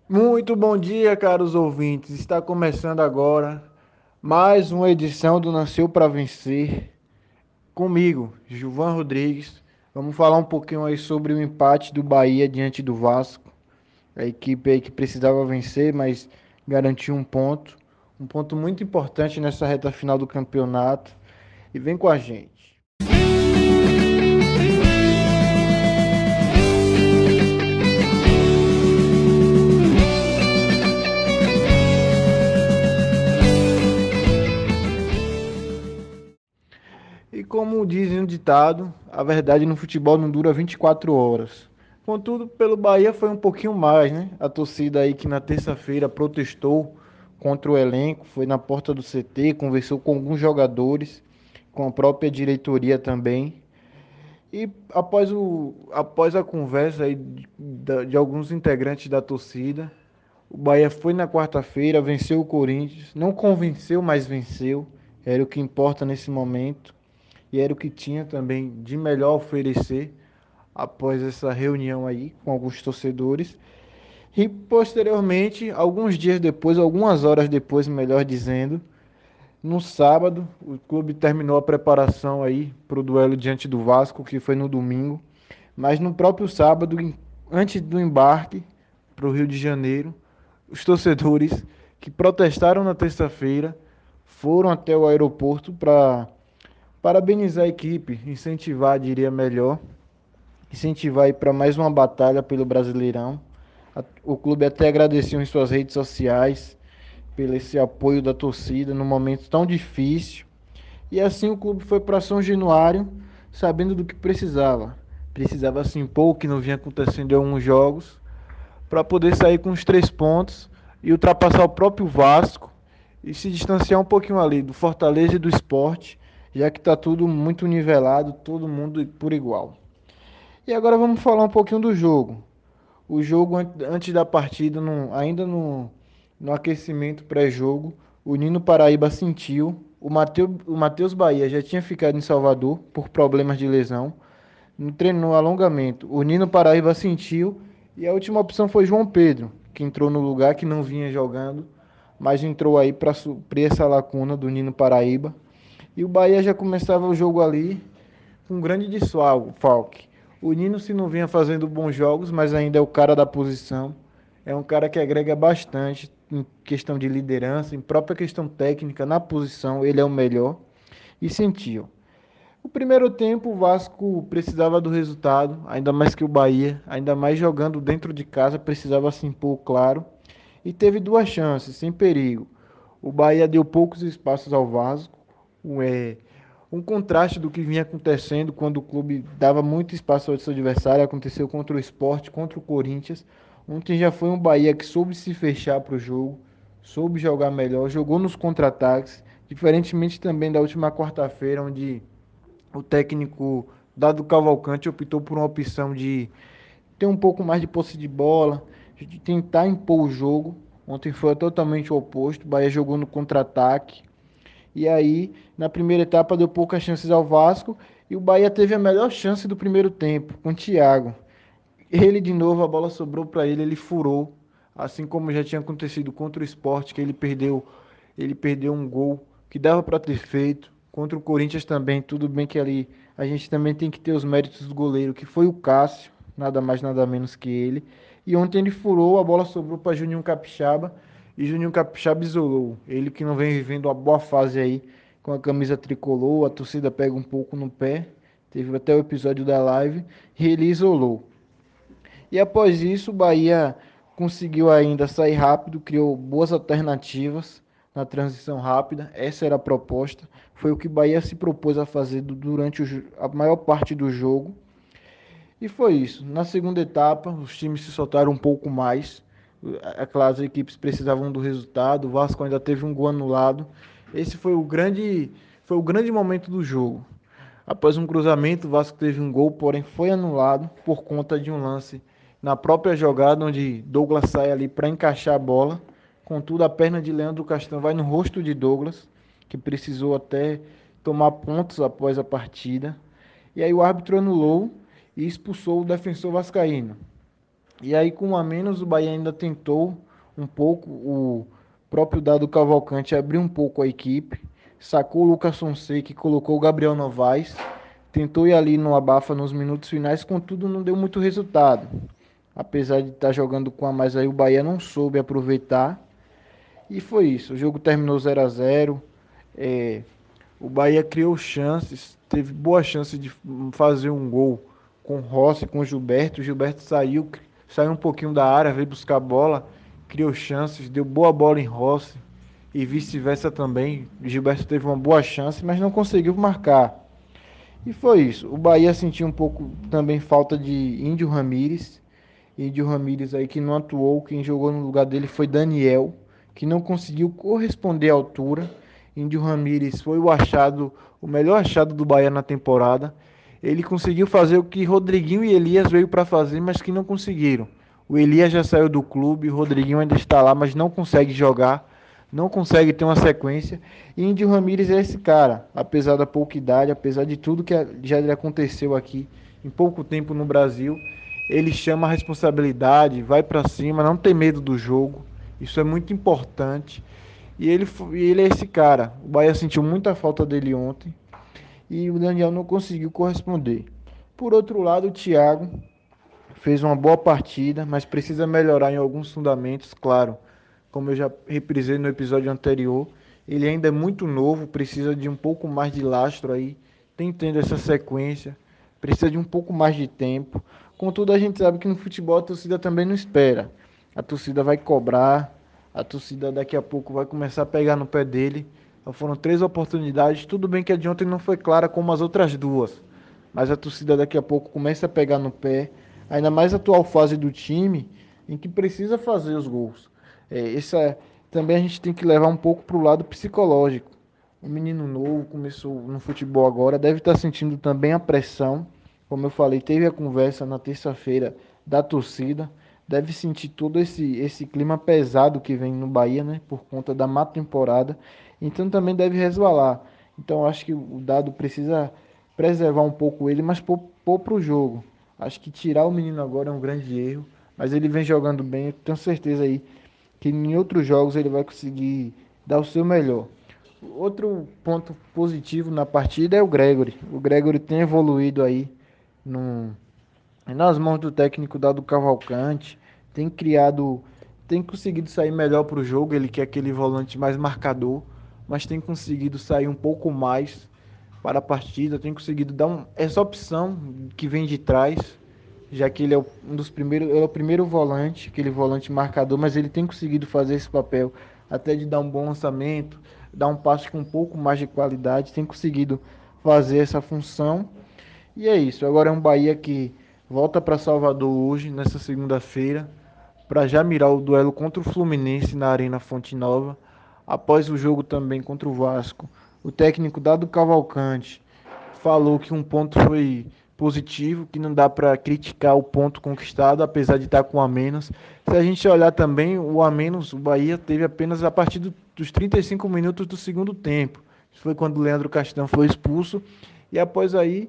Muito bom dia, caros ouvintes. Está começando agora mais uma edição do Nasceu para Vencer. Comigo, Gilvan Rodrigues. Vamos falar um pouquinho aí sobre o empate do Bahia diante do Vasco. A equipe aí que precisava vencer, mas garantiu um ponto. Um ponto muito importante nessa reta final do campeonato. E vem com a gente. E como dizem o ditado, a verdade no futebol não dura 24 horas. Contudo, pelo Bahia foi um pouquinho mais, né? A torcida aí que na terça-feira protestou contra o elenco, foi na porta do CT, conversou com alguns jogadores, com a própria diretoria também. E após a conversa aí de alguns integrantes da torcida, o Bahia foi na quarta-feira, venceu o Corinthians, não convenceu, mas venceu. Era o que importa nesse momento e era o que tinha também de melhor a oferecer após essa reunião aí com alguns torcedores. E posteriormente, alguns dias depois, algumas horas depois, melhor dizendo, no sábado, o clube terminou a preparação aí para o duelo diante do Vasco, que foi no domingo. Mas no próprio sábado, antes do embarque para o Rio de Janeiro, os torcedores que protestaram na terça-feira foram até o aeroporto para parabenizar a equipe, incentivar, diria melhor, incentivar aí para mais uma batalha pelo Brasileirão. O clube até agradeceu em suas redes sociais pelo esse apoio da torcida num momento tão difícil. E assim o clube foi para São Januário, sabendo do que precisava. Precisava se impor, o que não vinha acontecendo em alguns jogos, para poder sair com os 3 pontos e ultrapassar o próprio Vasco e se distanciar um pouquinho ali do Fortaleza e do Sport, já que está tudo muito nivelado, todo mundo por igual. E agora vamos falar um pouquinho do jogo. O jogo antes da partida, no aquecimento pré-jogo, o Nino Paraíba sentiu. O Matheus Bahia já tinha ficado em Salvador por problemas de lesão. No treino no alongamento, o Nino Paraíba sentiu. E a última opção foi João Pedro, que entrou no lugar que não vinha jogando, mas entrou aí para suprir essa lacuna do Nino Paraíba. E o Bahia já começava o jogo ali com um grande desfalque. O Nino se não vinha fazendo bons jogos, mas ainda é o cara da posição. É um cara que agrega bastante em questão de liderança, em própria questão técnica, na posição, ele é o melhor. E sentiu. O primeiro tempo o Vasco precisava do resultado, ainda mais que o Bahia, ainda mais jogando dentro de casa, precisava se impor, claro. E teve duas chances, sem perigo. O Bahia deu poucos espaços ao Vasco, é, um contraste do que vinha acontecendo quando o clube dava muito espaço ao seu adversário. Aconteceu contra o Sport, contra o Corinthians. Ontem já foi um Bahia que soube se fechar para o jogo, soube jogar melhor, jogou nos contra-ataques, diferentemente também da última quarta-feira, onde o técnico Dado Cavalcante optou por uma opção de ter um pouco mais de posse de bola, de tentar impor o jogo. Ontem foi totalmente o oposto. O Bahia jogou no contra-ataque. E aí, na primeira etapa, deu poucas chances ao Vasco. E o Bahia teve a melhor chance do primeiro tempo, com o Thiago. Ele, de novo, a bola sobrou para ele, ele furou. Assim como já tinha acontecido contra o Sport, que ele perdeu um gol que dava para ter feito. Contra o Corinthians também, tudo bem que ali a gente também tem que ter os méritos do goleiro, que foi o Cássio, nada mais nada menos que ele. E ontem ele furou, a bola sobrou para Juninho Capixaba e Juninho Capixaba isolou. Ele que não vem vivendo uma boa fase aí com a camisa tricolor, a torcida pega um pouco no pé. Teve até o episódio da live e ele isolou. E após isso, o Bahia conseguiu ainda sair rápido, criou boas alternativas na transição rápida. Essa era a proposta. Foi o que o Bahia se propôs a fazer durante a maior parte do jogo. E foi isso. Na segunda etapa, os times se soltaram um pouco mais. É claro, as equipes precisavam do resultado. O Vasco ainda teve um gol anulado. Esse foi o grande momento do jogo. Após um cruzamento, o Vasco teve um gol, porém foi anulado por conta de um lance na própria jogada, onde Douglas sai ali para encaixar a bola. Contudo, a perna de Leandro Castan vai no rosto de Douglas, que precisou até tomar pontos após a partida. E aí o árbitro anulou e expulsou o defensor vascaíno. E aí, com um a menos, o Bahia ainda tentou um pouco. O próprio Dado Cavalcante abriu um pouco a equipe, sacou o Lucas Fonseca e colocou o Gabriel Novaes. Tentou ir ali no abafa nos minutos finais, contudo não deu muito resultado. Apesar de estar jogando com a mais aí, o Bahia não soube aproveitar. E foi isso. O jogo terminou 0-0. É, o Bahia criou chances, teve boa chance de fazer um gol com Rossi, com Gilberto. O Gilberto saiu um pouquinho da área, veio buscar a bola, criou chances, deu boa bola em Rossi e vice-versa também. O Gilberto teve uma boa chance, mas não conseguiu marcar. E foi isso. O Bahia sentiu um pouco também falta de Índio Ramírez. Índio Ramírez aí que não atuou, quem jogou no lugar dele foi Daniel, que não conseguiu corresponder à altura. Índio Ramírez foi o melhor achado do Bahia na temporada. Ele conseguiu fazer o que Rodriguinho e Elias veio para fazer, mas que não conseguiram. O Elias já saiu do clube, o Rodriguinho ainda está lá, mas não consegue jogar, não consegue ter uma sequência. E Índio Ramírez é esse cara, apesar da pouca idade, apesar de tudo que já lhe aconteceu aqui em pouco tempo no Brasil, ele chama a responsabilidade, vai para cima, não tem medo do jogo. Isso é muito importante. E ele é esse cara. O Bahia sentiu muita falta dele ontem e o Daniel não conseguiu corresponder. Por outro lado, o Thiago fez uma boa partida, mas precisa melhorar em alguns fundamentos, claro. Como eu já reprisei no episódio anterior, ele ainda é muito novo, precisa de um pouco mais de lastro aí, tem tendo essa sequência, precisa de um pouco mais de tempo. Contudo, a gente sabe que no futebol a torcida também não espera. A torcida vai cobrar, a torcida daqui a pouco vai começar a pegar no pé dele. Então foram 3 oportunidades, tudo bem que a de ontem não foi clara como as outras duas, mas a torcida daqui a pouco começa a pegar no pé, ainda mais a atual fase do time, em que precisa fazer os gols. Também a gente tem que levar um pouco para o lado psicológico. Um menino novo começou no futebol agora, deve estar sentindo também a pressão. Como eu falei, teve a conversa na terça-feira da torcida, deve sentir todo esse clima pesado que vem no Bahia, né, por conta da má temporada. Então também deve resvalar. Então acho que o Dado precisa preservar um pouco ele, mas pôr para o jogo. Acho que tirar o menino agora é um grande erro, mas ele vem jogando bem, eu tenho certeza aí que em outros jogos ele vai conseguir dar o seu melhor. Outro ponto positivo na partida é o Gregory. O Gregory tem evoluído aí no, nas mãos do técnico Dado Cavalcante, tem criado, tem conseguido sair melhor para o jogo. Ele que é aquele volante mais marcador, mas tem conseguido sair um pouco mais para a partida, tem conseguido dar essa opção que vem de trás, já que ele é um dos primeiros, é o primeiro volante, aquele volante marcador, mas ele tem conseguido fazer esse papel até de dar um bom lançamento, dar um passe com um pouco mais de qualidade, tem conseguido fazer essa função. E é isso. Agora é um Bahia que volta para Salvador hoje, nessa segunda-feira, para já mirar o duelo contra o Fluminense na Arena Fonte Nova. Após o jogo também contra o Vasco, o técnico Dado Cavalcante falou que um ponto foi positivo, que não dá para criticar o ponto conquistado, apesar de estar com a menos. Se a gente olhar também, o a menos, o Bahia teve apenas a partir dos 35 minutos do segundo tempo. Isso foi quando o Leandro Castan foi expulso. E após aí,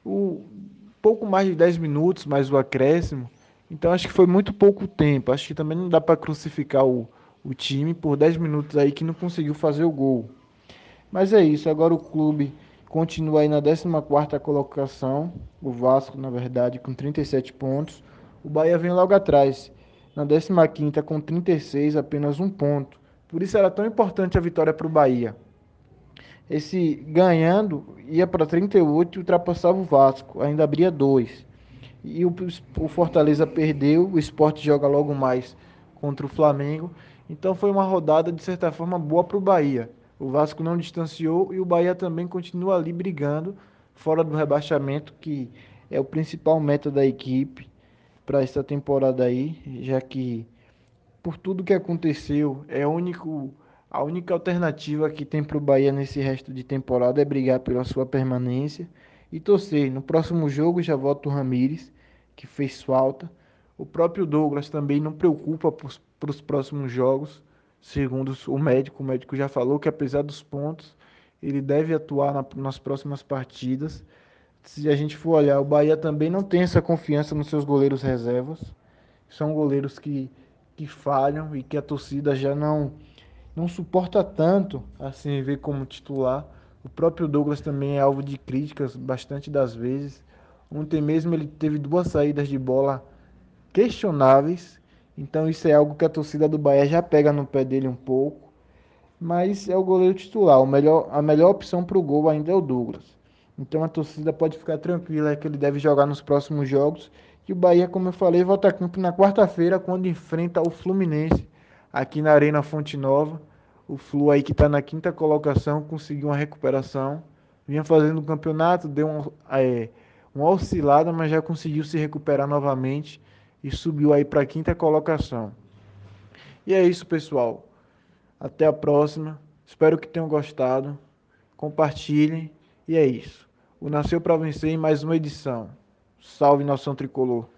o pouco mais de 10 minutos, mais o acréscimo. Então acho que foi muito pouco tempo. Acho que também não dá para crucificar o time por 10 minutos aí que não conseguiu fazer o gol. Mas é isso, agora o clube continua aí na 14ª colocação, o Vasco, na verdade, com 37 pontos. O Bahia vem logo atrás, na 15ª com 36, apenas um ponto. Por isso era tão importante a vitória para o Bahia. Esse ganhando ia para 38 e ultrapassava o Vasco, ainda abria 2. E o Fortaleza perdeu, o Sport joga logo mais contra o Flamengo. Então foi uma rodada, de certa forma, boa para o Bahia. O Vasco não distanciou e o Bahia também continua ali brigando, fora do rebaixamento, que é o principal meta da equipe para essa temporada aí, já que por tudo que aconteceu, a única alternativa que tem para o Bahia nesse resto de temporada é brigar pela sua permanência e torcer. No próximo jogo já volta o Ramires, que fez falta. O próprio Douglas também não preocupa para os próximos jogos, segundo o médico já falou que apesar dos pontos, ele deve atuar nas próximas partidas. Se a gente for olhar, o Bahia também não tem essa confiança nos seus goleiros reservas. São goleiros que falham e que a torcida já não suporta tanto assim ver como titular. O próprio Douglas também é alvo de críticas bastante das vezes. Ontem mesmo ele teve duas saídas de bola questionáveis, então isso é algo que a torcida do Bahia já pega no pé dele um pouco, mas é o goleiro titular. A melhor opção para o gol ainda é o Douglas. Então a torcida pode ficar tranquila que ele deve jogar nos próximos jogos. E o Bahia, como eu falei, volta a campo na quarta-feira, quando enfrenta o Fluminense, aqui na Arena Fonte Nova. O Flu aí que está na quinta colocação, conseguiu uma recuperação. Vinha fazendo o campeonato, deu uma oscilada, mas já conseguiu se recuperar novamente e subiu aí para a quinta colocação. E é isso, pessoal. Até a próxima. Espero que tenham gostado. Compartilhem. E é isso. O Nasceu para Vencer em mais uma edição. Salve, nação tricolor.